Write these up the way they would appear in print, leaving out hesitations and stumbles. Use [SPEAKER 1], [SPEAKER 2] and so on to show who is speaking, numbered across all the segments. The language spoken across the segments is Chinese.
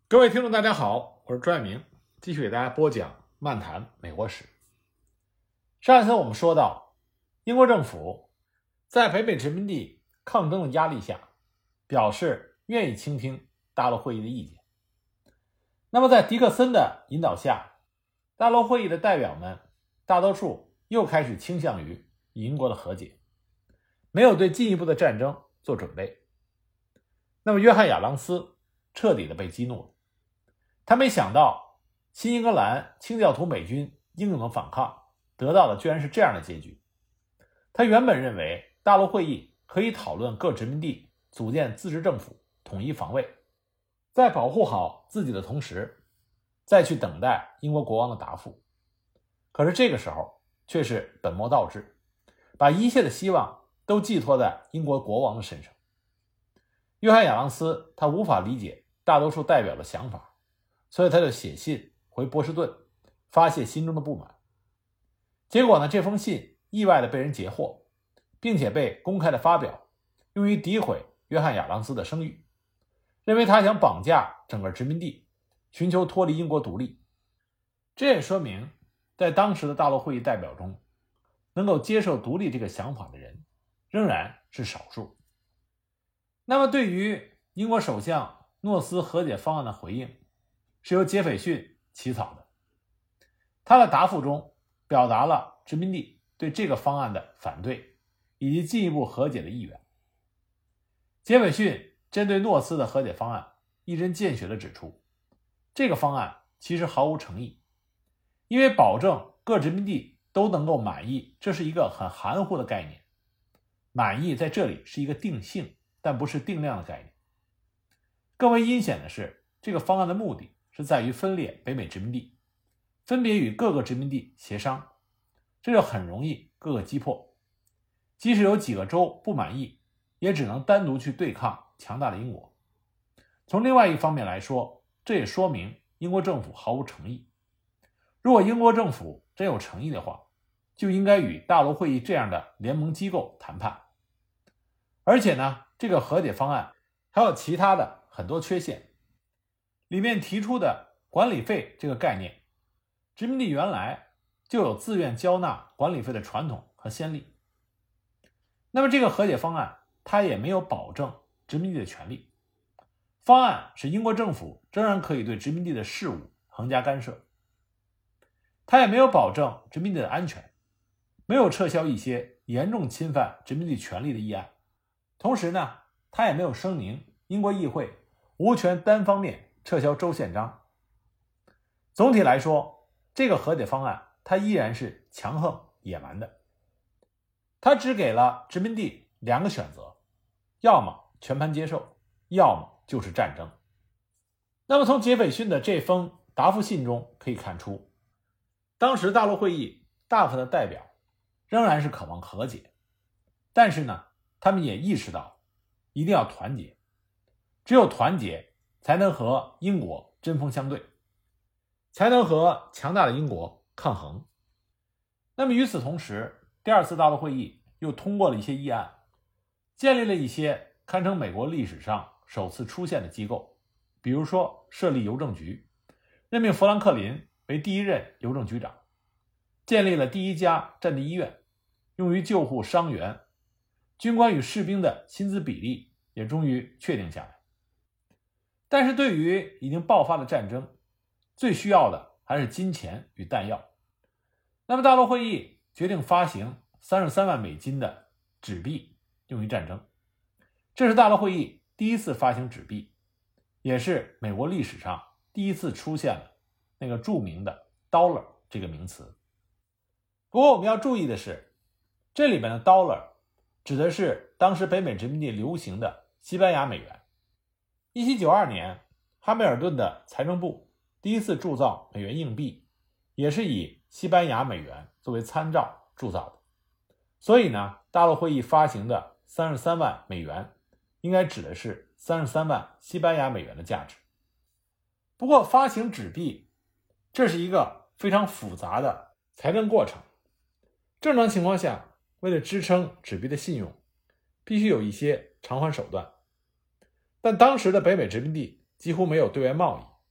[SPEAKER 1] 各位听众大家好，我是朱爱明，继续给大家播讲漫谈美国史。上一次我们说到，英国政府在北美殖民地抗争的压力下，表示愿意倾听大陆会议的意见。那么在迪克森的引导下，大陆会议的代表们大多数又开始倾向于与英国的和解，没有对进一步的战争做准备。那么约翰亚当斯彻底的被激怒了，他没想到新英格兰清教徒美军英勇的反抗得到的居然是这样的结局。他原本认为大陆会议可以讨论各殖民地组建自治政府，统一防卫，在保护好自己的同时再去等待英国国王的答复。可是这个时候却是本末倒置，把一切的希望都寄托在英国国王的身上。约翰亚当斯他无法理解大多数代表的想法，所以他就写信回波士顿，发泄心中的不满。结果呢，这封信意外的被人截获，并且被公开的发表，用于诋毁约翰亚当斯的声誉，认为他想绑架整个殖民地，寻求脱离英国独立。这也说明在当时的大陆会议代表中，能够接受独立这个想法的人仍然是少数。那么对于英国首相诺斯和解方案的回应，是由杰斐逊起草的。他的答复中表达了殖民地对这个方案的反对，以及进一步和解的意愿。杰斐逊针对诺斯的和解方案一针见血地指出，这个方案其实毫无诚意，因为保证各殖民地都能够满意，这是一个很含糊的概念。满意在这里是一个定性，但不是定量的概念。更为阴险的是，这个方案的目的是在于分裂北美殖民地，分别与各个殖民地协商，这就很容易各个击破。即使有几个州不满意，也只能单独去对抗强大的英国。从另外一方面来说，这也说明英国政府毫无诚意。如果英国政府真有诚意的话，就应该与大陆会议这样的联盟机构谈判。而且呢，这个和解方案还有其他的很多缺陷。里面提出的管理费这个概念，殖民地原来就有自愿交纳管理费的传统和先例。那么这个和解方案它也没有保证殖民地的权利，方案使英国政府仍然可以对殖民地的事务横加干涉。它也没有保证殖民地的安全，没有撤销一些严重侵犯殖民地权利的议案。同时呢，它也没有声明英国议会无权单方面撤销州宪章。总体来说，这个和解方案它依然是强横野蛮的。它只给了殖民地两个选择，要么全盘接受，要么就是战争。那么从杰斐逊的这封答复信中可以看出，当时大陆会议大部分的代表仍然是渴望和解，但是呢，他们也意识到一定要团结，只有团结才能和英国针锋相对，才能和强大的英国抗衡。那么与此同时，第二次大陆会议又通过了一些议案，建立了一些堪称美国历史上首次出现的机构，比如说设立邮政局，任命富兰克林为第一任邮政局长，建立了第一家战地医院，用于救护伤员，军官与士兵的薪资比例也终于确定下来。但是对于已经爆发的战争，最需要的还是金钱与弹药。那么大陆会议决定发行33万美金的纸币用于战争，这是大陆会议第一次发行纸币，也是美国历史上第一次出现了那个著名的 dollar 这个名词。不过我们要注意的是，这里面的 dollar 指的是当时北美殖民地流行的西班牙美元。1792年，哈梅尔顿的财政部第一次铸造美元硬币，也是以西班牙美元作为参照铸造的。所以呢，大陆会议发行的33万美元应该指的是33万西班牙美元的价值。不过发行纸币，这是一个非常复杂的财政过程。正常情况下，为了支撑纸币的信用，必须有一些偿还手段。但当时的北美殖民地几乎没有对外贸易，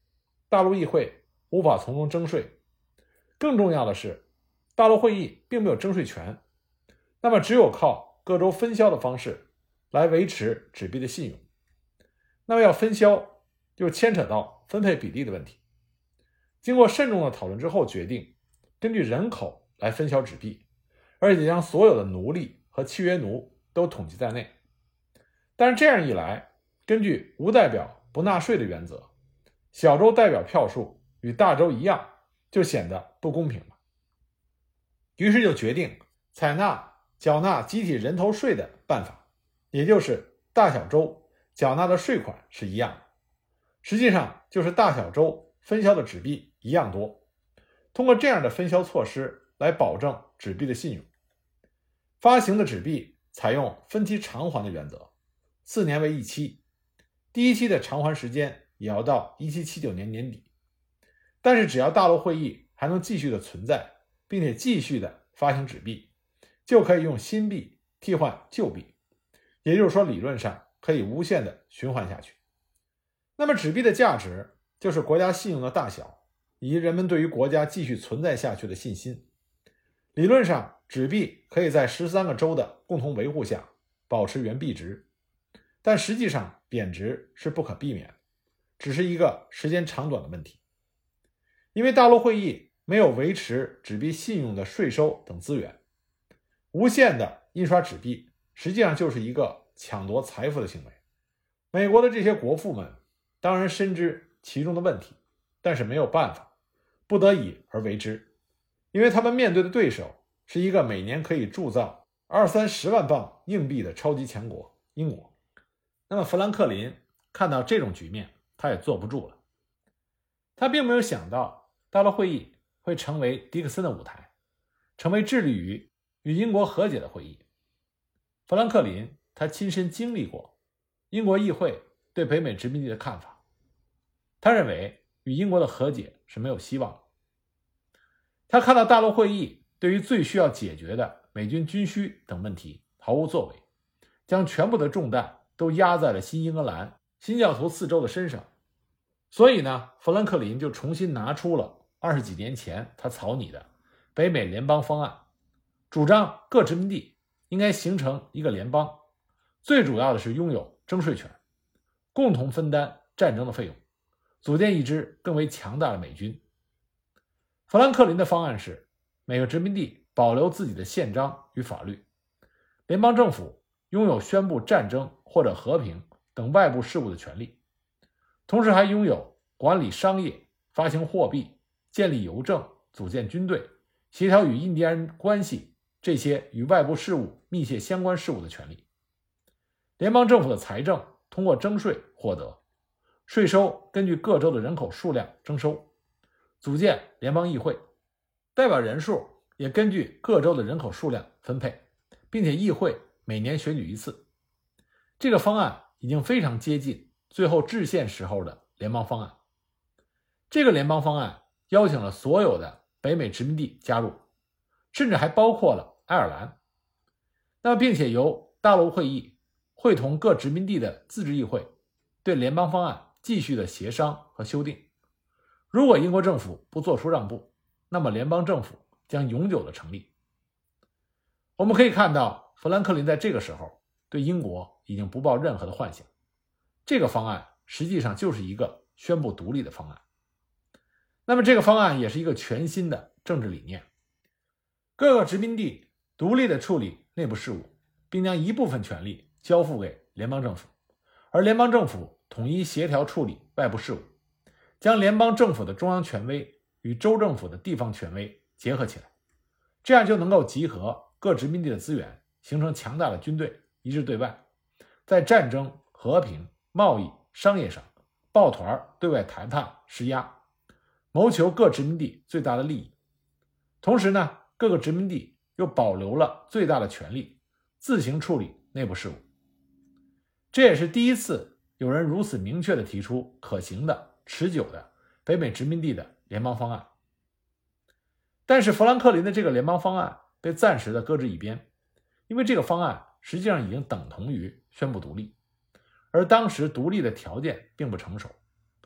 [SPEAKER 1] 大陆议会无法从中征税，更重要的是，大陆会议并没有征税权，那么只有靠各州分销的方式来维持纸币的信用。那么要分销，就牵扯到分配比例的问题。经过慎重的讨论之后，决定根据人口来分销纸币，而且将所有的奴隶和契约奴都统计在内。但是这样一来，根据无代表不纳税的原则，小州代表票数与大州一样，就显得不公平了。于是就决定采纳缴纳集体人头税的办法，也就是大小州缴纳的税款是一样的，实际上就是大小州分销的纸币一样多。通过这样的分销措施来保证纸币的信用。发行的纸币采用分期偿还的原则，4年为一期，第一期的偿还时间也要到1779年年底。但是只要大陆会议还能继续的存在，并且继续的发行纸币，就可以用新币替换旧币，也就是说理论上可以无限的循环下去。那么纸币的价值就是国家信用的大小，以及人们对于国家继续存在下去的信心。理论上，纸币可以在13个州的共同维护下保持原币值，但实际上贬值是不可避免的，只是一个时间长短的问题。因为大陆会议没有维持纸币信用的税收等资源，无限的印刷纸币实际上就是一个抢夺财富的行为。美国的这些国父们当然深知其中的问题，但是没有办法，不得已而为之。因为他们面对的对手是一个每年可以铸造20-30万磅硬币的超级强国英国。那么富兰克林看到这种局面，他也坐不住了。他并没有想到大陆会议会成为迪克森的舞台，成为致力于与英国和解的会议。富兰克林他亲身经历过英国议会对北美殖民地的看法，他认为与英国的和解是没有希望的。他看到大陆会议对于最需要解决的美军军需等问题毫无作为，将全部的重担都压在了新英格兰、新教徒4州的身上。所以呢，富兰克林就重新拿出了20几年前他草拟的北美联邦方案，主张各殖民地应该形成一个联邦，最主要的是拥有征税权，共同分担战争的费用，组建一支更为强大的美军。富兰克林的方案是每个殖民地保留自己的宪章与法律，联邦政府拥有宣布战争或者和平等外部事务的权利，同时还拥有管理商业、发行货币、建立邮政、组建军队、协调与印第安人关系这些与外部事务密切相关事务的权利。联邦政府的财政通过征税获得，税收根据各州的人口数量征收，组建联邦议会，代表人数也根据各州的人口数量分配，并且议会每年选举一次。这个方案已经非常接近最后制宪时候的联邦方案。这个联邦方案邀请了所有的北美殖民地加入，甚至还包括了爱尔兰。那么并且由大陆会议会同各殖民地的自治议会对联邦方案继续的协商和修订。如果英国政府不做出让步，那么联邦政府将永久的成立。我们可以看到，富兰克林在这个时候对英国已经不抱任何的幻想，这个方案实际上就是一个宣布独立的方案。那么这个方案也是一个全新的政治理念，各个殖民地独立的处理内部事务，并将一部分权力交付给联邦政府，而联邦政府统一协调处理外部事务，将联邦政府的中央权威与州政府的地方权威结合起来，这样就能够集合各殖民地的资源，形成强大的军队，一致对外，在战争、和平、贸易、商业上抱团对外谈判施压，谋求各殖民地最大的利益。同时呢，各个殖民地又保留了最大的权力，自行处理内部事务。这也是第一次有人如此明确地提出可行的、持久的北美殖民地的联邦方案。但是富兰克林的这个联邦方案被暂时的搁置一边，因为这个方案实际上已经等同于宣布独立，而当时独立的条件并不成熟。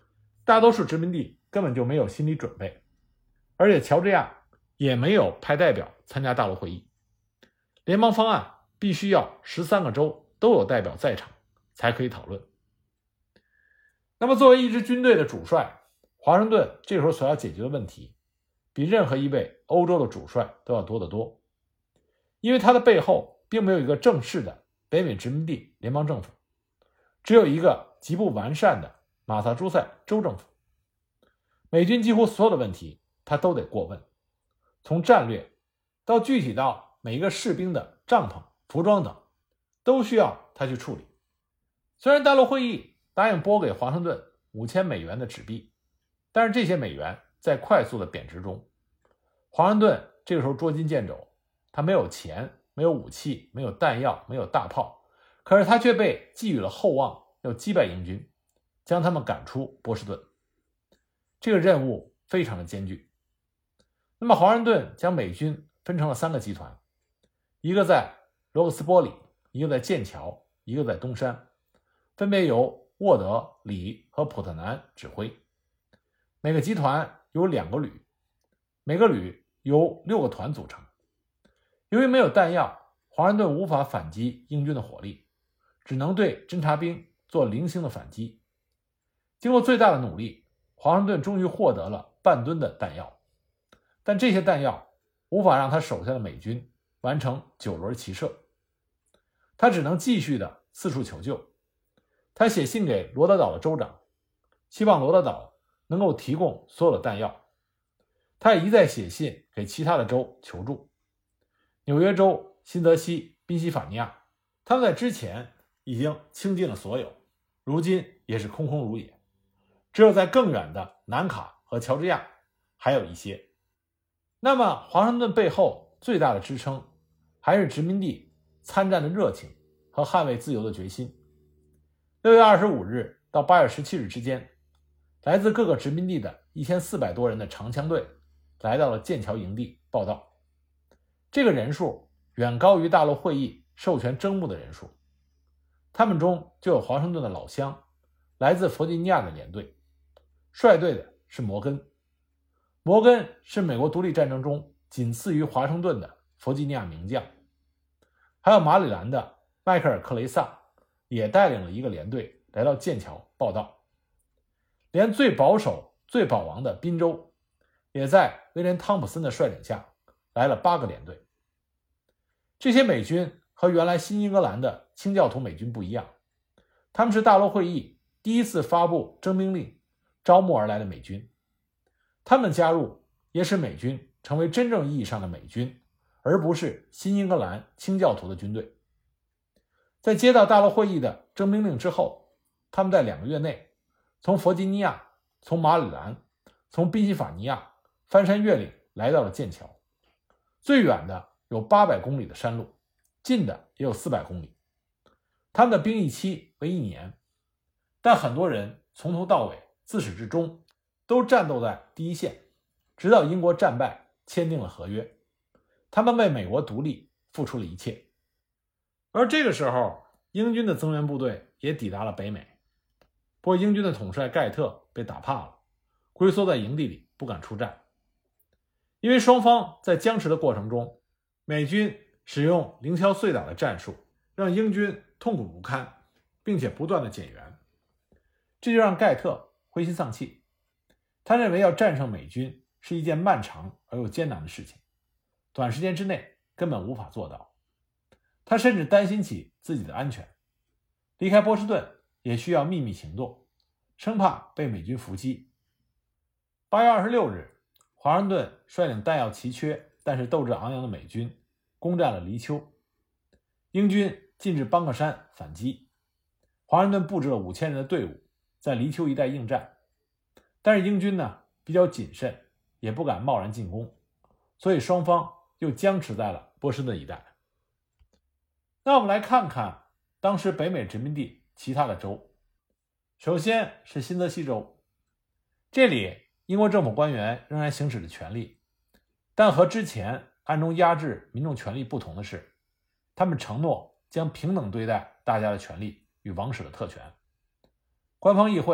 [SPEAKER 1] 大多数殖民地根本就没有心理准备，而且乔治亚也没有派代表参加大陆会议。联邦方案必须要13个州都有代表在场才可以讨论。那么作为一支军队的主帅，华盛顿这时候所要解决的问题比任何一位欧洲的主帅都要多得多，因为他的背后并没有一个正式的北美殖民地联邦政府，只有一个极不完善的马萨诸塞州政府。美军几乎所有的问题他都得过问，从战略到具体到每一个士兵的帐篷、服装等，都需要他去处理。虽然大陆会议答应拨给华盛顿5000美元的纸币，但是这些美元在快速的贬值中。华盛顿这个时候捉襟见肘，他没有钱，没有武器，没有弹药，没有大炮，可是他却被寄予了厚望，要击败英军，将他们赶出波士顿。这个任务非常的艰巨。那么华盛顿将美军分成了3个集团，一个在罗克斯波里，一个在剑桥，一个在东山，分别由沃德、李和普特南指挥。每个集团有2个旅，每个旅由6个团组成。由于没有弹药，华盛顿无法反击英军的火力，只能对侦察兵做零星的反击。经过最大的努力，华盛顿终于获得了半吨的弹药，但这些弹药无法让他手下的美军完成9轮齐射，他只能继续的四处求救。他写信给罗德岛的州长，希望罗德岛能够提供所有的弹药。他也一再写信给其他的州求助，纽约州、新泽西、宾夕法尼亚，他们在之前已经倾尽了所有，如今也是空空如也。只有在更远的南卡和乔治亚还有一些。那么华盛顿背后最大的支撑还是殖民地参战的热情和捍卫自由的决心。6月25日到8月17日之间，来自各个殖民地的1400多人的长枪队来到了剑桥营地报道。这个人数远高于大陆会议授权征募的人数，他们中就有华盛顿的老乡，来自弗吉尼亚的连队，率队的是摩根。摩根是美国独立战争中仅次于华盛顿的弗吉尼亚名将。还有马里兰的迈克尔·克雷萨也带领了一个连队来到剑桥报道。连最保守最保王的宾州也在威廉·汤普森的率领下来了8个连队。这些美军和原来新英格兰的清教徒美军不一样，他们是大陆会议第一次发布征兵令招募而来的美军，他们加入也使美军成为真正意义上的美军，而不是新英格兰清教徒的军队。在接到大陆会议的征兵令之后，他们在2个月内从弗吉尼亚、从马里兰、从宾夕法尼亚翻山越岭来到了剑桥。最远的有800公里的山路，近的也有400公里。他们的兵役期为1年，但很多人从头到尾自始至终都战斗在第一线，直到英国战败签订了合约。他们为美国独立付出了一切。而这个时候，英军的增援部队也抵达了北美。不过英军的统帅盖特被打怕了，龟缩在营地里不敢出战。因为双方在僵持的过程中，美军使用零敲碎打的战术，让英军痛苦不堪，并且不断的减员。这就让盖特灰心丧气。他认为要战胜美军是一件漫长而又艰难的事情，短时间之内根本无法做到。他甚至担心起自己的安全，离开波士顿也需要秘密行动，生怕被美军伏击。8月26日，华盛顿率领弹药奇缺但是斗志昂扬的美军攻占了黎丘。英军进至邦克山反击，华盛顿布置了5000人的队伍在黎丘一带应战。但是英军呢比较谨慎，也不敢贸然进攻，所以双方又僵持在了波士顿一带。那我们来看看当时北美殖民地其他的州。首先是新泽西州，这里英国政府官员仍然行使着权力，但和之前暗中压制民众权利不同的是，他们承诺将平等对待大家的权利与王室的特权。官方议会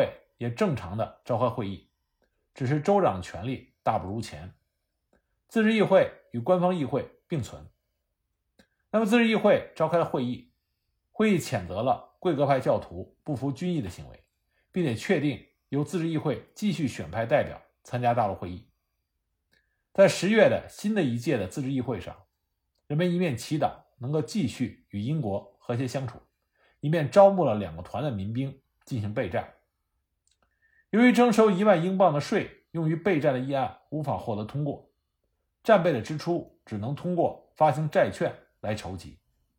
[SPEAKER 1] 也正常的召开会议，只是州长权力大不如前。自治议会与官方议会并存。那么自治议会召开了会议，会议谴责了贵格派教徒不服军意的行为，并且确定由自治议会继续选派代表参加大陆会议。在10月的新的一届的自治议会上，人们一面祈祷能够继续与英国和谐相处，一面招募了2个团的民兵进行备战。由于征收1万英镑的税用于备战的议案无法获得通过，战备的支出只能通过发行债券来筹集。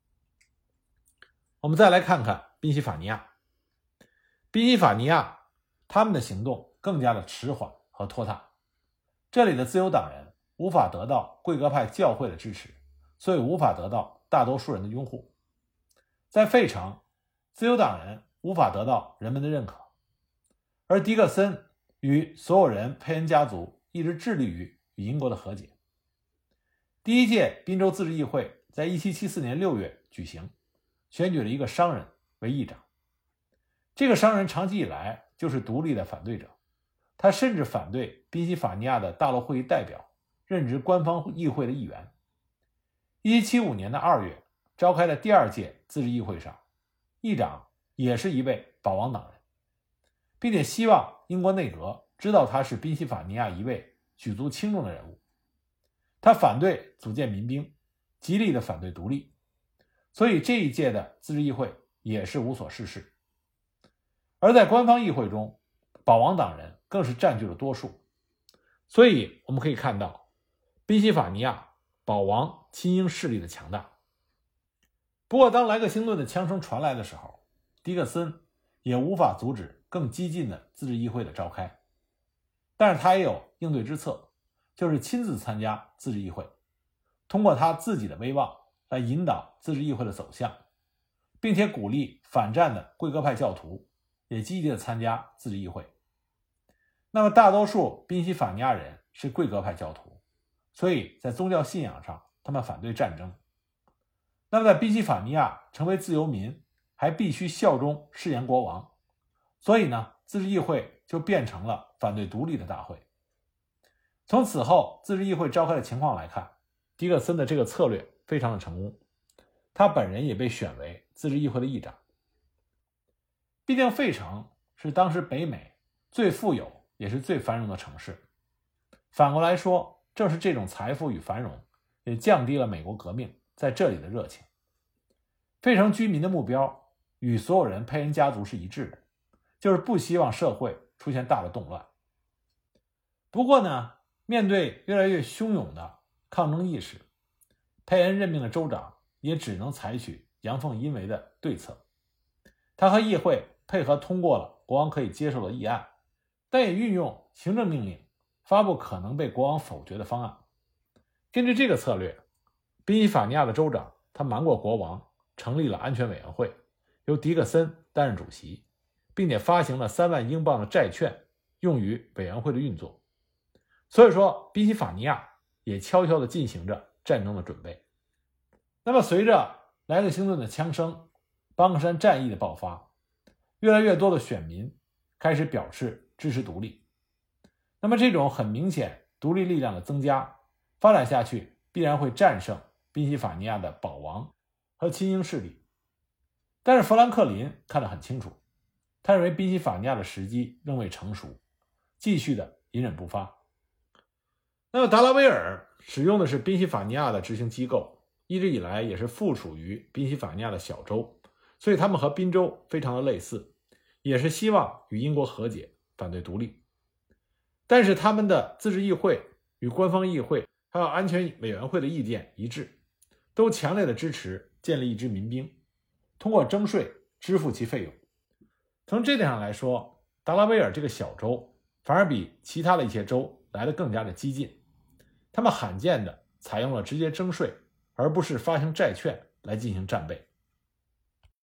[SPEAKER 1] 我们再来看看宾夕法尼亚。宾夕法尼亚他们的行动更加的迟缓和拖沓。这里的自由党人无法得到贵格派教会的支持，所以无法得到大多数人的拥护。在费城，自由党人无法得到人们的认可，而迪克森与所有人佩恩家族一直致力于与英国的和解。第一届宾州自治议会在1774年6月举行，选举了一个商人为议长。这个商人长期以来就是独立的反对者，他甚至反对宾夕法尼亚的大陆会议代表任职官方议会的议员。1775年的2月召开的第2届自治议会上，议长也是一位保王党人，并且希望英国内阁知道他是宾夕法尼亚一位举足轻重的人物。他反对组建民兵，极力的反对独立，所以这一届的自治议会也是无所事事。而在官方议会中，保王党人更是占据了多数，所以我们可以看到宾夕法尼亚保王亲英势力的强大。不过当莱克星顿的枪声传来的时候，迪克森也无法阻止更激进的自治议会的召开，但是他也有应对之策，就是亲自参加自治议会，通过他自己的威望来引导自治议会的走向，并且鼓励反战的贵格派教徒也积极的参加自治议会。那么大多数宾夕法尼亚人是贵格派教徒，所以在宗教信仰上他们反对战争。那么在宾夕法尼亚成为自由民还必须效忠誓言国王，所以呢，自治议会就变成了反对独立的大会。从此后自治议会召开的情况来看，迪克森的这个策略非常的成功，他本人也被选为自治议会的议长。毕竟费城是当时北美最富有也是最繁荣的城市，反过来说，正是这种财富与繁荣也降低了美国革命在这里的热情。费城居民的目标与所有人佩恩家族是一致的，就是不希望社会出现大的动乱。不过呢，面对越来越汹涌的抗争意识，佩恩任命的州长也只能采取阳奉阴违的对策。他和议会配合通过了国王可以接受的议案，但也运用行政命令发布可能被国王否决的方案。根据这个策略，宾夕法尼亚的州长他瞒过国王，成立了安全委员会，由迪克森担任主席，并且发行了3万英镑的债券用于委员会的运作。所以说宾夕法尼亚也悄悄地进行着战争的准备。那么随着莱克星顿的枪声，邦克山战役的爆发，越来越多的选民开始表示支持独立。那么这种很明显独立力量的增加，发展下去必然会战胜宾夕法尼亚的保王和亲英势力。但是富兰克林看得很清楚，他认为宾夕法尼亚的时机仍未成熟，继续的隐忍不发。那么达拉维尔使用的是宾夕法尼亚的执行机构，一直以来也是附属于宾夕法尼亚的小州，所以他们和宾州非常的类似，也是希望与英国和解，反对独立。但是他们的自治议会与官方议会还有安全委员会的意见一致，都强烈的支持建立一支民兵，通过征税支付其费用。从这点上来说，达拉维尔这个小州反而比其他的一些州来得更加的激进，他们罕见的采用了直接征税而不是发行债券来进行战备。